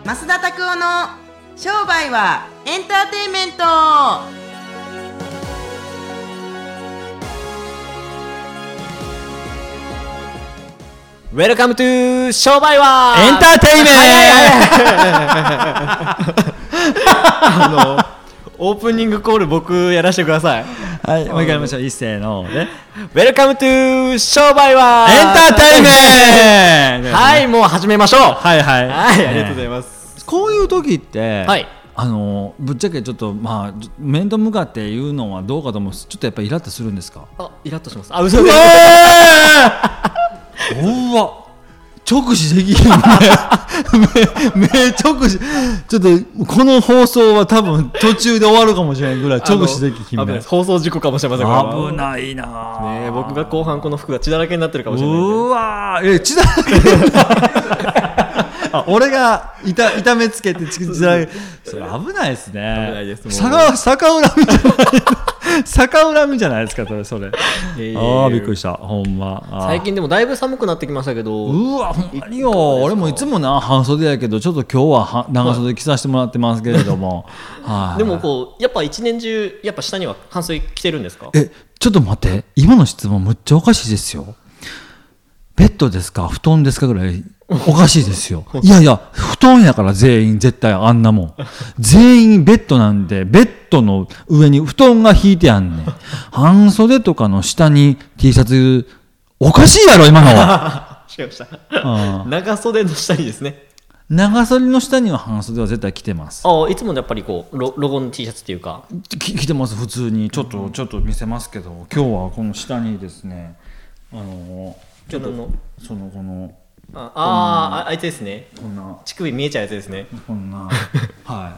増田拓夫の商売はエンターテインメント。 ウェルカムトゥ商売はエンターテイメンオープニングコール僕やらせてください。 はい、もう一回やりましょう。一斉のね。 ウェルカムトゥ商売はエンターテイメントはい、もう始めましょう。 はいはい。 はい、ありがとうございます。 こういう時って、 はい、 ぶっちゃけちょっとまあ面と向かって言うのはどうかと思うんです。ちょっとやっぱりイラッとするんですか？ イラッとします。嘘です。 うわ、直視できるね。目直視。ちょっとこの放送は多分途中で終わるかもしれないぐらい直視できるね。 放送事故かもしれません。 危ないなぁ。 ね、僕が後半この服が血だらけになってるかもしれない。 うわー、血だらけ。俺が痛めつけて血だらけ。それ危ないですね。 危ないです。 逆恨みじゃない。逆恨みじゃないですかそれ。ああ、びっくりした。ほんま。 最近でもだいぶ寒くなってきましたけど。 うわ、ほんまによ。俺もいつもな半袖やけど、ちょっと今日は長袖着させてもらってますけれども。 はい。でもこうやっぱ一年中やっぱ下には半袖着てるんですか？ ちょっと待って。今の質問むっちゃおかしいですよ。ベッドですか布団ですかぐらいおかしいですよ。いやいや、布団やから全員絶対あんなもん。全員ベッドなんで、ベッドの上に布団が引いてあんねん。半袖とかの下に T シャツ、おかしいやろ今のは。 違いました。長袖の下にですね。 長袖の下には半袖は絶対着てます。 いつもやっぱりこうロゴの T シャツっていうか着てます普通に。ちょっと見せますけど、今日はこの下にですね、ちょっとそのこのあいつですね。 こんな乳首見えちゃうやつですね。 こんなはい、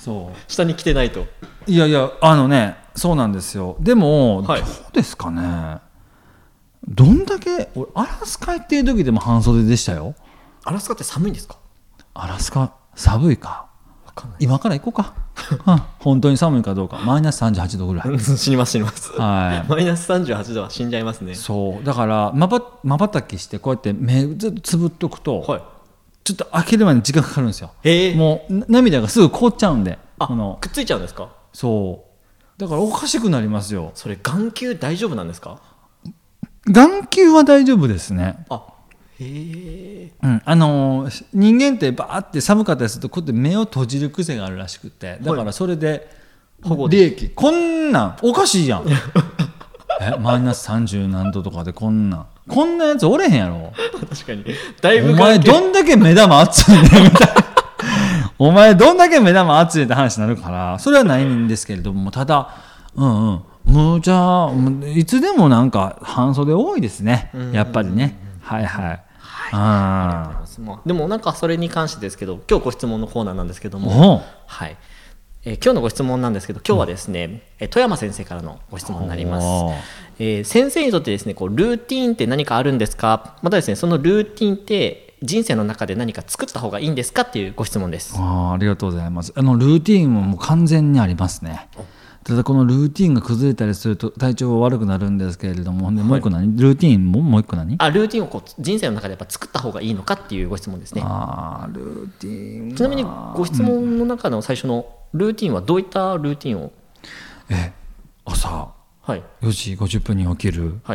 そう下に着てないと。 いやいやそうなんですよ。でも、はい、どうですかね。どんだけ俺アラスカ行ってる時でも半袖でしたよ。 アラスカって寒いんですか？ アラスカ寒いか。今から行こうか。本当に寒いかどうか。マイナス38度ぐらい。 死にます。 はい。 マイナス38度は死んじゃいますね。 そうだからまばたきしてこうやって目ずっとつぶっとくと、はい、ちょっと開けるまでに時間かかるんですよ。もう涙がすぐ凍っちゃうんで。 くっついちゃうんですか？ そうだからおかしくなりますよ。 それ眼球大丈夫なんですか？ 眼球は大丈夫ですね。 人間ってバーって寒かったりするとこうやって目を閉じる癖があるらしくて、だからそれで利益こんなんおかしいやん。マイナス30何度とかでこんなやつおれへんやろ。 確かにだいぶお前どんだけ目玉熱いねみたいな。お前どんだけ目玉熱いって話になるから、それはないんですけれども、ただもうじゃあいつでもなんか半袖多いですね、やっぱりね。はいはい、 ありがとうございます。でもなんかそれに関してですけど、今日ご質問のコーナーなんですけども、はい、今日のご質問なんですけど、今日はですね、富山先生からのご質問になります。先生にとってですね、こうルーティーンって何かあるんですか？またですね、そのルーティーンって人生の中で何か作った方がいいんですかっていうご質問です。 ありがとうございます。ルーティーンはもう完全にありますね。ただこのルーティンが崩れたりすると体調が悪くなるんですけれども、もう一個何、ルーティンもう一個何？ ルーティンをこう人生の中でやっぱ作った方がいいのかっていうご質問ですね。 ルーティン。 ちなみにご質問の中の最初のルーティンはどういったルーティンを？ 朝、 はい、 4時50分に起きる、はい、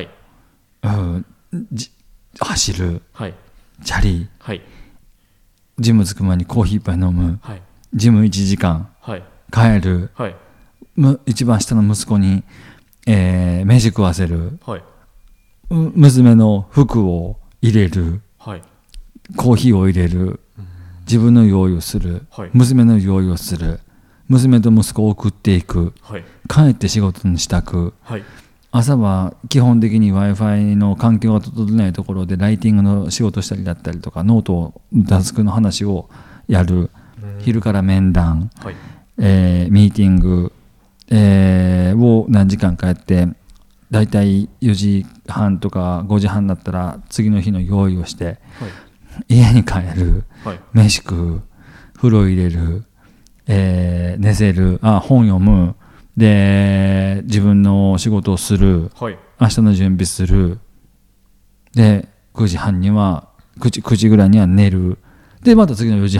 走る、はい、チャリ、はい、ジム着く前にコーヒー一杯飲む、はい、ジム1時間、はい、帰る、はい、一番下の息子に、飯食わせる、はい、娘の服を入れる、はい、コーヒーを入れる、自分の用意をする、はい、娘の用意をする、娘と息子を送っていく、はい、帰って仕事に支度、はい、朝は基本的に Wi-Fi の環境が整ってないところでライティングの仕事したりだったりとか、ノートタスクの話をやる、昼から面談、はい、ミーティングを何時間かやって、だいたい4時半とか5時半だったら次の日の用意をして、はい、家に帰る、はい、飯食う、風呂入れる、寝せる、本読む、で自分の仕事をする、はい、明日の準備する、で9時半には9時ぐらいには寝る、でまた次の4時半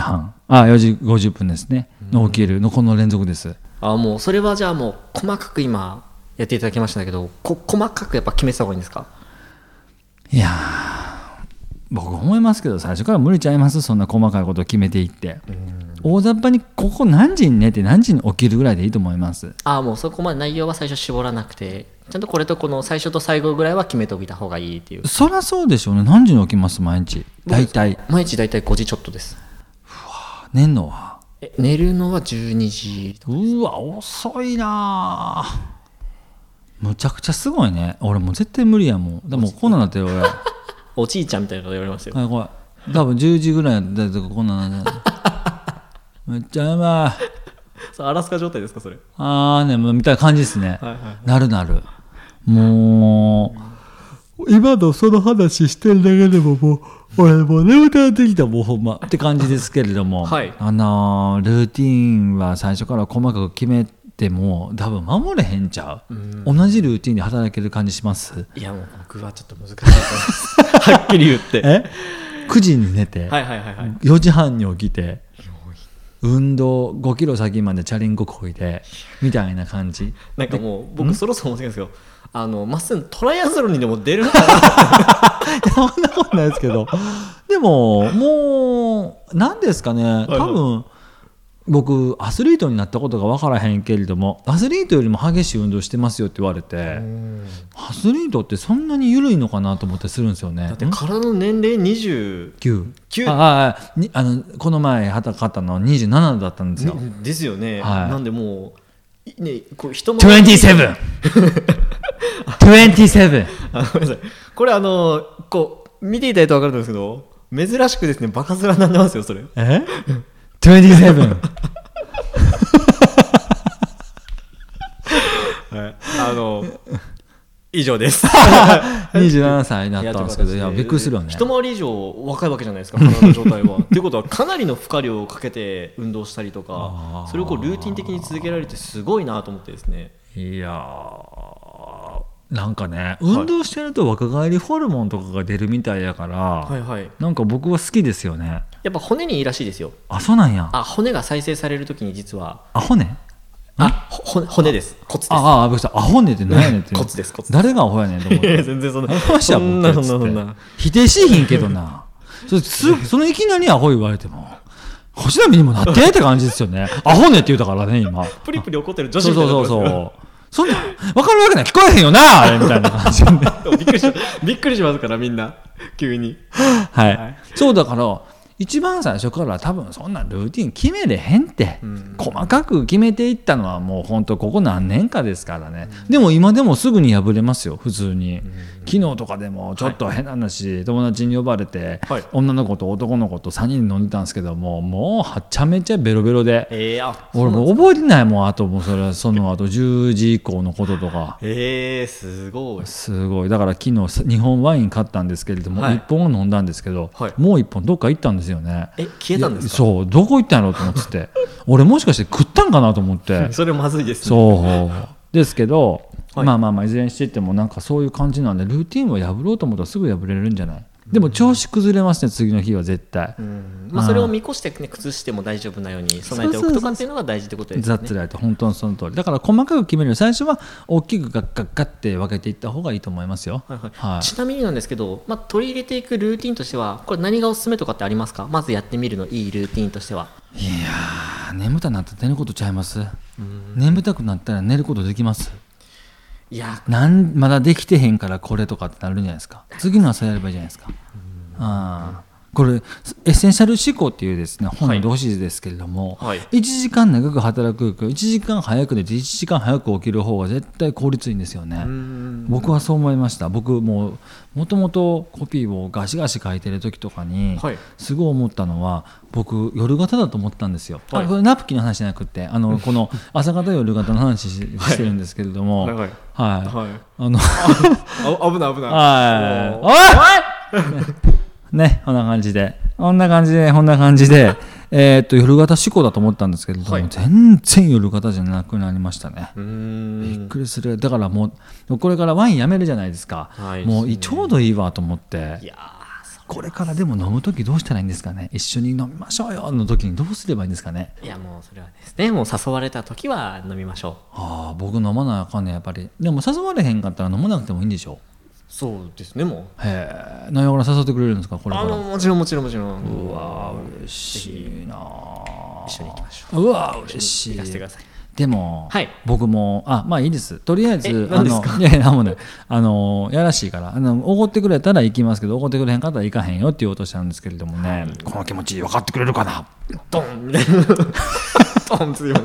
4時50分ですねの起きるのこの連続です。 もうそれはじゃあもう細かく今やっていただきましたけど、細かくやっぱ決めてた方がいいんですか？ いや僕思いますけど最初から無理ちゃいます。そんな細かいことを決めていって、大雑把にここ何時に寝て何時に起きるぐらいでいいと思います。 もうそこまで内容は最初絞らなくて、ちゃんとこれとこの最初と最後ぐらいは決めておいた方がいいっていう。 そりゃそうでしょうね。何時に起きます毎日？大体毎日大体5時ちょっとです。 寝るのは寝るのは12時。 うわ遅いな。むちゃくちゃすごいね。俺もう絶対無理やもん。でもこんなんなってる俺おじいちゃんみたいなこと言われますよ。 これ多分10時ぐらいやったりとかこんなんなめっちゃやばい。 アラスカ状態ですかそれ？ ねみたいな感じですね。なるもう今のその話してるだけでももう俺もう眠たなってきたもうほんまって感じですけれども、ルーティンは最初から細かく決めても多分守れへんちゃう。同じルーティンで働ける感じします？ いやもう僕はちょっと難しいと思いますはっきり言って 9時に寝て、4時半に起きて運動5キロ先までチャリンコこいでみたいな感じ。 なんかもう僕そろそろ思ってるんですけど、まっすぐトライアスロンにでも出るのかなそんなことないですけどでももう何ですかね、多分僕アスリートになったことが分からへんけれどもアスリートよりも激しい運動してますよって言われて、アスリートってそんなに緩いのかなと思ってするんですよね。 だって体の年齢29。 この前測ったのは27だったんですよ。 ですよね、なんでもうねこう人も 27ごめんなさいこれこう見ていただいて分かるんですけど珍しくですねバカ面になってますよそれ。 27 以上です 27歳になったんですけど、いやびっくりするよね。 一回り以上若いわけじゃないですか体の状態はということはかなりの負荷量をかけて運動したりとかそれをこうルーティン的に続けられてすごいなと思ってですね。 いやなんかね運動してると若返りホルモンとかが出るみたいやから、なんか僕は好きですよね。 やっぱ骨にいいらしいですよ。 そうなんや。 骨が再生されるときに実は骨骨です。骨です。 骨って何やねんって骨です。 誰がアホやねんと思って全然そんな否定しひんけどなそのいきなりアホ言われても星並みにもなってって感じですよね。アホねって言うたからね今プリプリ怒ってる女子みたいなことですよ。 そうそんな分かるわけない聞こえへんよなあれみたいな感じでびっくりしますからみんな急にそうだから一番最初から多分そんなルーティン決めれへんって、細かく決めていったのはもう本当ここ何年かですからね、でも今でもすぐに破れますよ普通に、昨日とかでもちょっと変な話、友達に呼ばれて、女の子と男の子と3人で飲んでたんですけどもうはちゃめちゃベロベロで、俺もう覚えてないもん。あともうその後10時以降のこととかすごい。だから昨日2本ワイン買ったんですけれども、1本を飲んだんですけど、もう1本どっか行ったんですよね。 消えたんですか？ そうどこ行ったんやろうと思ってて俺もしかして食ったんかなと思ってそれまずいですね。 そうですけど、まあいずれにしていってもなんかそういう感じなんでルーティンを破ろうと思ったらすぐ破れるんじゃない？でも調子崩れますね次の日は絶対。 それを見越して、崩しても大丈夫なように備えておくとかっていうのが大事ってことですね。 ざっつられて本当にその通りだから細かく決めるより最初は大きくガッガッガッって分けていった方がいいと思いますよ。 ちなみになんですけど、取り入れていくルーティンとしてはこれ何がおすすめとかってありますか？まずやってみるのいいルーティンとしては。 いや眠たくなったら寝ることちゃいます？眠たくなったら寝ることできます？いやまだできてへんからこれとかってなるんじゃないですか。次の朝やればいいじゃないですか。これエッセンシャル思考っていうですね本の同士ですけれども、1時間長く働く1時間早く寝て1時間早く起きる方が絶対効率いいんですよね。僕はそう思いました。僕もともとコピーをガシガシ書いてる時とかにすごい思ったのは僕夜型だと思ったんですよ。これナプキンの話じゃなくてこの朝型夜型の話してるんですけれども、危ないおいね、こんな感じで夜型思考だと思ったんですけれども、全然夜型じゃなくなりましたね。びっくりする。だからもうこれからワインやめるじゃないですか、もうちょうどいいわと思って。 いやそこれからでも飲む時どうしたらいいんですかね。一緒に飲みましょうよの時にどうすればいいんですかね。 いやもうそれはですね、もう誘われた時は飲みましょう。 僕飲まなあかんねやっぱり。でも誘われへんかったら飲まなくてもいいんでしょ。 そうですね。もう何やから誘ってくれるんですかこれから。 もちろん。 うわ嬉しいな。 一緒に行きましょう。 うわ嬉しい。 行かせてください。 でも、 はい、 僕もまあいいです。とりあえず何ですか。 いやもうねやらしいからおごってくれたら行きますけど、おごってくれへんかったら行かへんよって言おうとしたんですけれどもね、この気持ち分かってくれるかな。 ドンみたいなドンついます。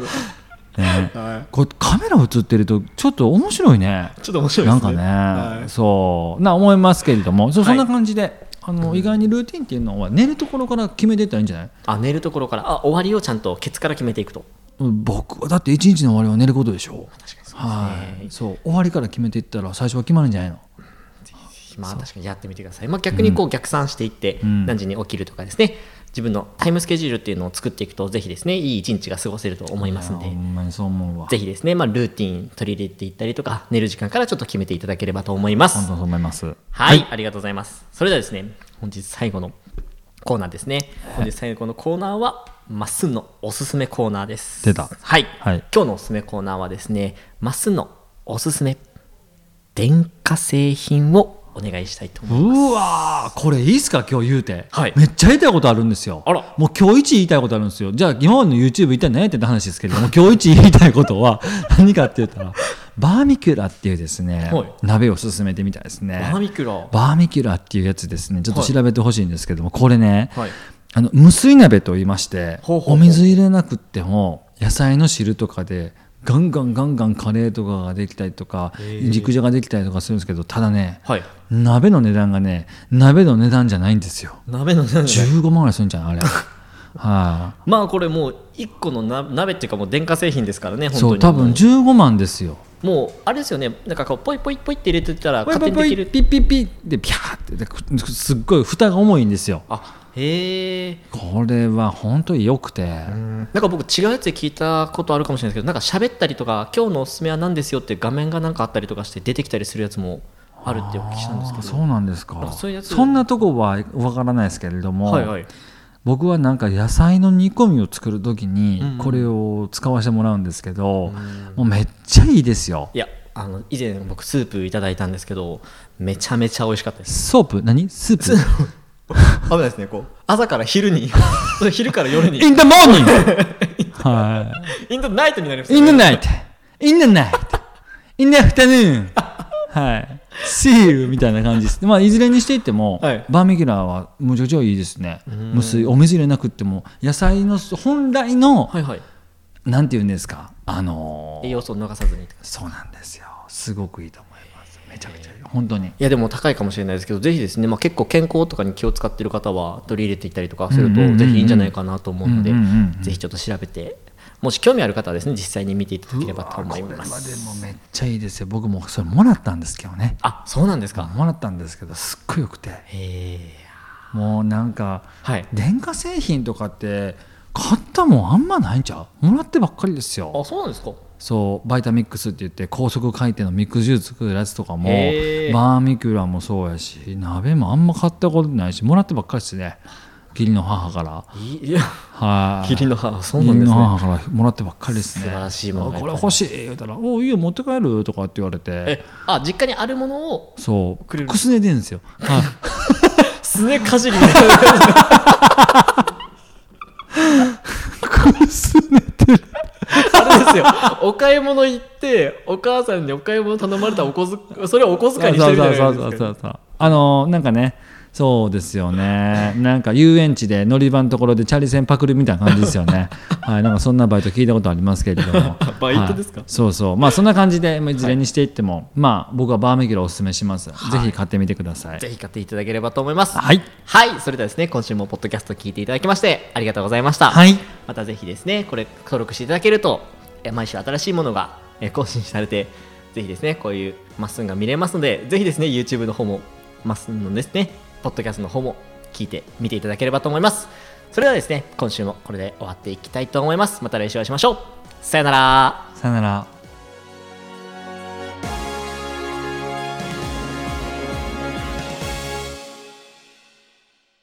これカメラ映ってるとちょっと面白いね。 ちょっと面白いですね。 なんかね、そう思いますけれども、そんな感じで。意外にルーティンっていうのは寝るところから決めていったらいいんじゃない。 寝るところから終わりをちゃんとケツから決めていくと。 僕はだって一日の終わりは寝ることでしょ。 確かにそう終わりから決めていったら最初は決まるんじゃないの。 確かにやってみてください。逆に逆算していって、何時に起きるとかですね、自分のタイムスケジュールっていうのを作っていくとぜひですねいい一日が過ごせると思いますので、 ほんまにそう思うわ。 ぜひですね、ルーティン取り入れていったりとか寝る時間からちょっと決めていただければと思います。 本当そう思います。 はい、ありがとうございます。それではですね本日最後のコーナーですね。本日最後のコーナーはまっすんのおすすめコーナーです。 出た。 はい、今日のおすすめコーナーはですねまっすんのおすすめ電化製品をお願いしたいと思います。 うわこれいいっすか今日言うて、 めっちゃ言いたいことあるんですよ。 あら、 もう今日一言いたいことあるんですよ。じゃあ今までの YouTube 一体何やってた話ですけれども今日一言いたいことは何かって言ったらバーミキュラっていうですね、鍋を勧めてみたいですね。 バーミキュラっていうやつですね。ちょっと調べてほしいんですけども、これね、無水鍋と言いまして、お水入れなくっても野菜の汁とかでガンガンカレーとかができたりとか肉じゃができたりとかするんですけど、ただね、鍋の値段がね鍋の値段じゃないんですよ。 鍋の値段 15万ぐらいするんじゃんあれまあこれもう1個の鍋っていうかもう電化製品ですからね。本当にそう多分15万ですよ。 もうあれですよね、なんかこうポイポイポイって入れてたら勝手にできる。 ピッピッピッでピャーってすっごい蓋が重いんですよ。 へえ。 これは本当によくて、 なんか僕違うやつで聞いたことあるかもしれないですけど、なんか喋ったりとか今日のおすすめは何ですよって画面がなんかあったりとかして出てきたりするやつもあるってお聞きしたんですけど。 そうなんですか。 そういうやつそんなとこは分からないですけれども、僕はなんか野菜の煮込みを作るときにこれを使わせてもらうんですけど、もうめっちゃいいですよ。 いや以前僕スープいただいたんですけどめちゃめちゃ美味しかったです。 ソープ何スープ危ないですね。こう朝から昼に昼から夜に In the morning はい In the night になります。 In the night In the night In the afternoon はい See you みたいな感じです。いずれにしていっても、バーミキュラはむちゃくちゃいいですね。お水入れなくっても野菜の本来の、なんていうんですか栄養素を逃さずに。 そうなんですよ。すごくいいと思います。めちゃくちゃいい本当に。 いやでも高いかもしれないですけど、ぜひですね、結構健康とかに気を使っている方は取り入れていったりとかするとぜひいいんじゃないかなと思うので、ぜひちょっと調べて、もし興味ある方はですね実際に見ていただければと思います。 これはでもめっちゃいいですよ。僕もそれもらったんですけどね。 そうなんですか。 もらったんですけどすっごいよくて、もうなんか、電化製品とかって買ったもんあんまないんちゃう。もらってばっかりですよ。 そうなんですか。 そうバイタミックスって言って高速回転のミックスジュース作るやつとかもバーミキュラもそうやし、鍋もあんま買ったことないし、もらってばっかりですね。義理の母から。 義理の母、そうなんですね。義理の母からもらってばっかりですね。 素晴らしいものが。 これ欲しい言うたら、おいいよ持って帰るとかって言われて。 実家にあるものをそうくすねでんですよ。 すねかじり。 くすねてる。 あれですよ、お買い物行ってお母さんにお買い物頼まれたそれをお小遣いにしてるじゃないですか。なんかね、そうですよね。なんか遊園地で乗り場のところでチャリ線パクるみたいな感じですよね。なんかそんなバイト聞いたことありますけれども。 バイトですか。 そうそう。そんな感じでいずれにしていっても、僕はバーミキュラをおすすめします。ぜひ買ってみてください。 ぜひ買っていただければと思います。 はい。 それではですね、今週もポッドキャスト聞いていただきましてありがとうございました。またぜひですね、これ登録していただけると毎週新しいものが更新されて、ぜひですねこういうまっすんが見れますので、ぜひですね YouTube の方もまっすんのですねポッドキャストの方も聞いてみていただければと思います。それではですね今週もこれで終わっていきたいと思います。また来週お会いしましょう。さよなら。 さよなら。